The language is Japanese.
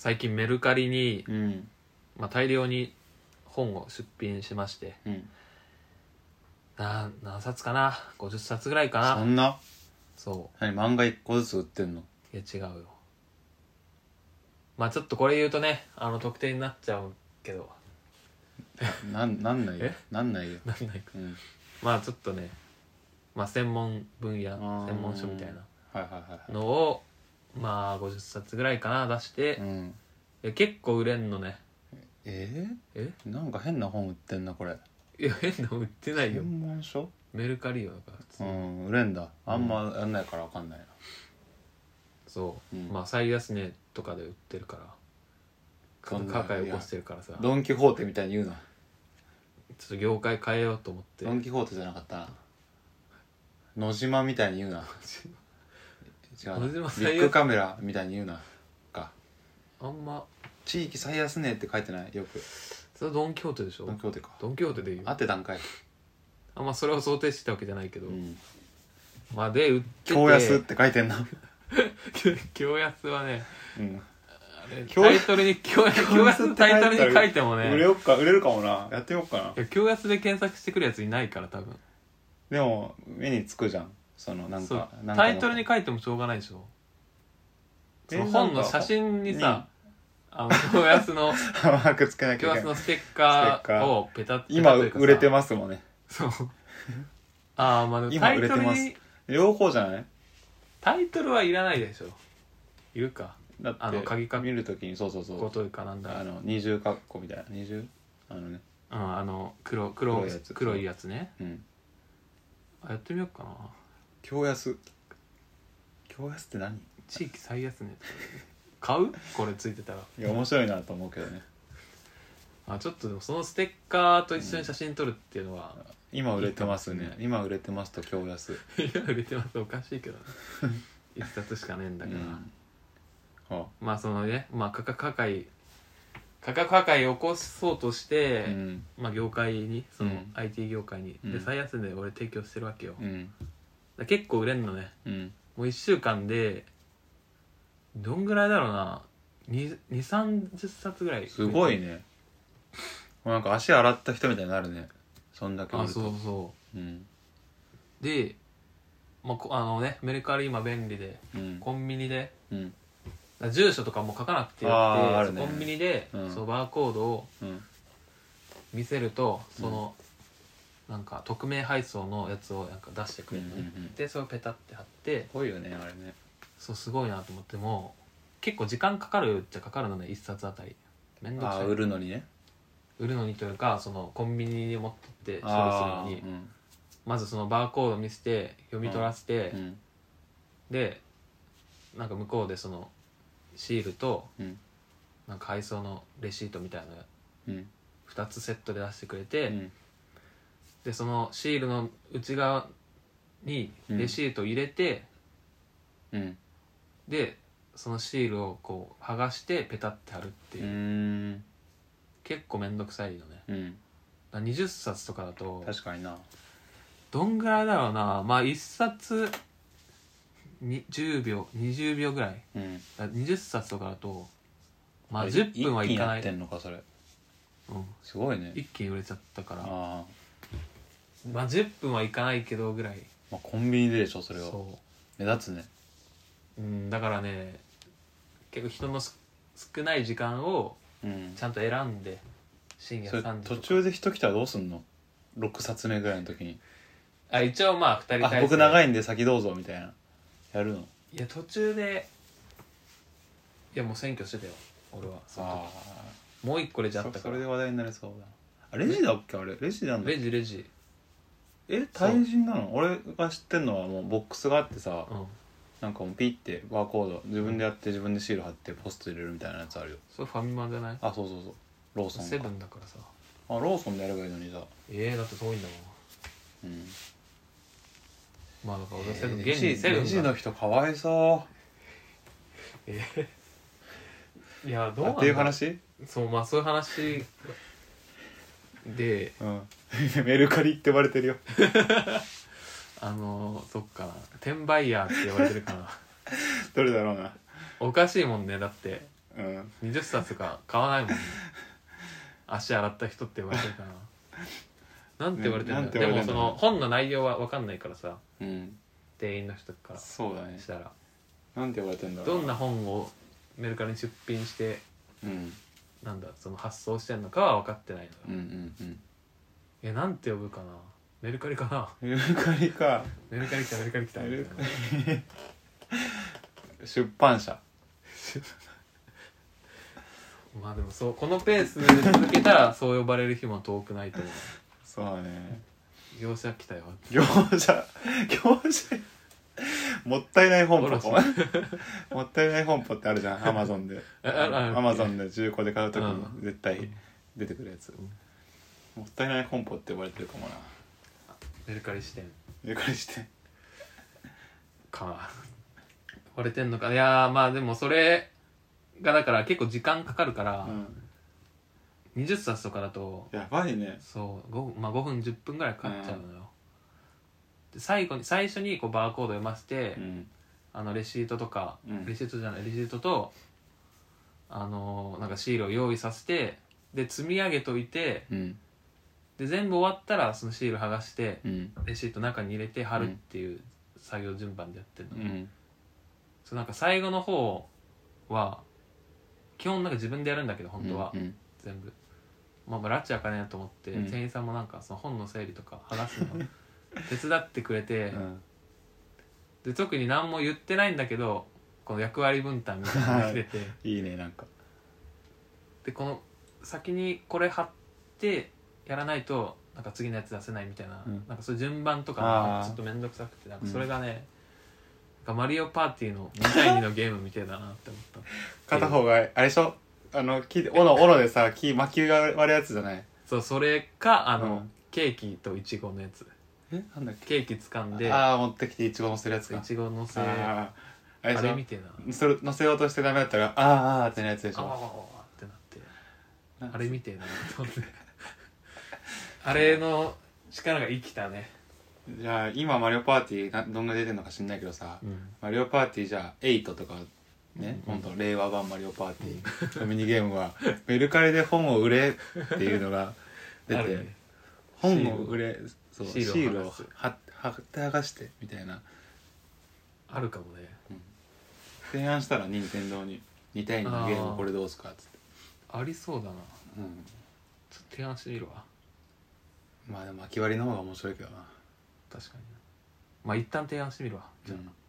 最近メルカリに、 うん大量に本を出品しまして、 うん何冊かな、50冊ぐらいかな。 そんなそ何漫画1個ずつ売ってんの？ う。いや違うよ。ちょっとこれ言うとね特定になっちゃうけどなんないよえなんないよ。 なんないか。 うんちょっとね専門分野専門書みたいなはいはいはいのを50冊ぐらいかな出して、 うん結構売れんのね。 なんか変な本売ってんなこれ。 いや変なの売ってないよ。 専門書？ メルカリよだから普通に。 売れんだ。あんまやんないから分かんないな。 そう、 うん最安値とかで売ってるから価格起こしてるからさ、 ドン・キホーテみたいに言うな。 ちょっと業界変えようと思ってドン・キホーテじゃなかったな。野島みたいに言うな。違うな。 野島最安ビッグカメラみたいに言うなか。 あんま地域最安値って書いてないよく。 それドン・キホーテでしょ。 ドン・キホーテか。 ドン・キホーテでいいよ。 合ってたんかい。 あんまそれを想定してたわけじゃないけど、 うんで売ってて京安って書いてんな。 京安はね、 うんあれ京タイトルに京安のタイトルに書いてもね、 売れるかもな。やってみようかな。 いや京安で検索してくるやついないから多分。 でも目につくじゃん。そのなんそうかタイトルに書いてもしょうがないでしょ。その本の写真にさ、京安のマークつけなきゃいけない。 京安のステッカーをペタッ今というかさ売れてますもんね。 そうでも今タイトル売れてますに両方じゃない？ タイトルはいらないでしょ。いるかだって鍵括見るときにそう弧というかなんだ二重括弧みたいな二重ね黒いやつね。 うんやってみようかな。 京安って何？ 地域最安値とか買う？これついてたら。 いや面白いなと思うけどね。 ちょっとでもそのステッカーと一緒に写真撮るっていうのは、 今売れてますね。 いいかもしれない今売れてますと京安。 いや売れてます。おかしいけどね一冊しかねえんだから、 はそのね価格破壊を起こそうとして、業界にその、IT 業界に、で最安値で俺提供してるわけよ、だ結構売れんのね。もう1週間でどんぐらいだろうな、230冊ぐらい。 すごいね。なんか足洗った人みたいになるね。そんだけ売ると。 そうそう、でメルカリ今便利で、コンビニで、住所とかも書かなくてよくて、コンビニで、そうバーコードを見せると、そのなんか匿名配送のやつをなんか出してくれるのね、でそれをペタって貼って。 すごいよねあれね。 そうすごいなと思っても結構時間かかるっちゃかかるのね、1冊あたり。めんどくさい。 売るのにね。 売るのにというか、そのコンビニに持ってって処理するのに、まずそのバーコード見せて読み取らせて、でなんか向こうでそのシールと、なんか配送のレシートみたいなの2つセットで出してくれて、でそのシールの内側にレシートを入れて、でそのシールをこう剥がしてペタって貼るっていう、結構めんどくさいよね。だから20冊とかだと確かにな。 どんぐらいだろうな、1冊に10秒20秒ぐらい、だから20冊とかだと10分はいかない。 一気にやってんのかそれ。すごいね。 一気に売れちゃったから10分はいかないけどぐらい。 コンビニででしょそれは。 そ目立つね。 だからね結構人の少ない時間をちゃんと選んで、深夜それ 3時とか途中で人来たらどうすんの？6冊目ぐらいの時に一応2人体制。 僕長いんで先どうぞみたいなやるの？ いや途中でもう占拠してたよ俺は。もう一個レジあったから。 それで話題になりそうだ。レジだっけあれ？レジなんだ。 レジ対人なの？俺が知ってんのはもうボックスがあってさ、なんかもうピッてバーコード自分でやって自分でシール貼ってポスト入れるみたいなやつあるよ。 それファミマじゃない？ そうローソンか。 セブンだからさ。 ローソンでやればいいのにさ。 だって遠いんだもん。だから俺セブン、現にセブンレジの人かわいそう。 いやどうなんだっていう話？ そうそういう話でメルカリって呼ばれてるよそっかな、転売ヤーって呼ばれてるかなどれだろうな。 おかしいもんね。だって 20冊とか買わないもんね。足洗った人って言われてるかな。なんて言われてるんだろう。でもその本の内容は分かんないからさ、 うん、 店員の人からそうだねしたらなんて言われてんだろう。 どんな本をメルカリに出品して、 うん、 なんだその発送してんのかは分かってないのよ。 うんうんうん。なんて呼ぶかな。メルカリかな。 メルカリか。 メルカリ来たメルカリ来たみたいな。 出版社。 まあでもそうこのペースで続けたらそう呼ばれる日も遠くないと思う。 そうだね。 業者来たよ。 業者もったいない本舗もったいない本舗ってあるじゃん。アマゾンでアマゾンで中古で買うときに絶対出てくるやつ、もったいない本舗って呼ばれてるかもな。 メルカリ支店メルカリ支店か呼ばれてんのか。いやまあでもそれがだから結構時間かかるから、20冊とかだとやばいね。 そう 5分10分ぐらいかかっちゃうのよ、で最初にこうバーコード読ませて、レシートとか、レシートじゃないレシートとなんかシールを用意させてで積み上げといて、で全部終わったらそのシール剥がして、レシート中に入れて貼るっていう作業順番でやってるの、そうなんか最後の方は基本なんか自分でやるんだけど本当は、全部まあラッチあかねえと思って、店員さんもなんかその本の整理とか剥がすの手伝ってくれて、で特に何も言ってないんだけどこの役割分担みたいなのが出てていいねなんかでこの先にこれ貼ってやらないとなんか次のやつ出せないみたいな、なんかそういう順番とかちょっと面倒くさくてなんかそれがね、なんかマリオパーティーの2対2のゲームみたいだなって思った片方があれでしょ斧でさ魔球が割るやつじゃない。 そうそれかケーキとイチゴのやつ。 なんだっけ。 ケーキ掴んで持ってきてイチゴ乗せるやつか。 イチゴ乗せあれみてえな。 それ乗せようとしてダメだったらってなやつでしょ。 ってなってあれみてえなと思ってあれの力が生きたね。 じゃあ今マリオパーティーどんな出てるのか知んないけどさ、マリオパーティーじゃあ8とかね、本当令和版マリオパーティーのミニゲームはメルカリで本を売れっていうのが出て、ね、本を売れそうシールを貼って剥がしてみたいなあるかもね、 提案したら任天堂に2対2のゲームこれどうすかっつってありそうだな、ちょっと提案してみるわ。 まあでも巻き割りの方が面白いけどな。 確かに。まあ一旦提案してみるわじゃあ、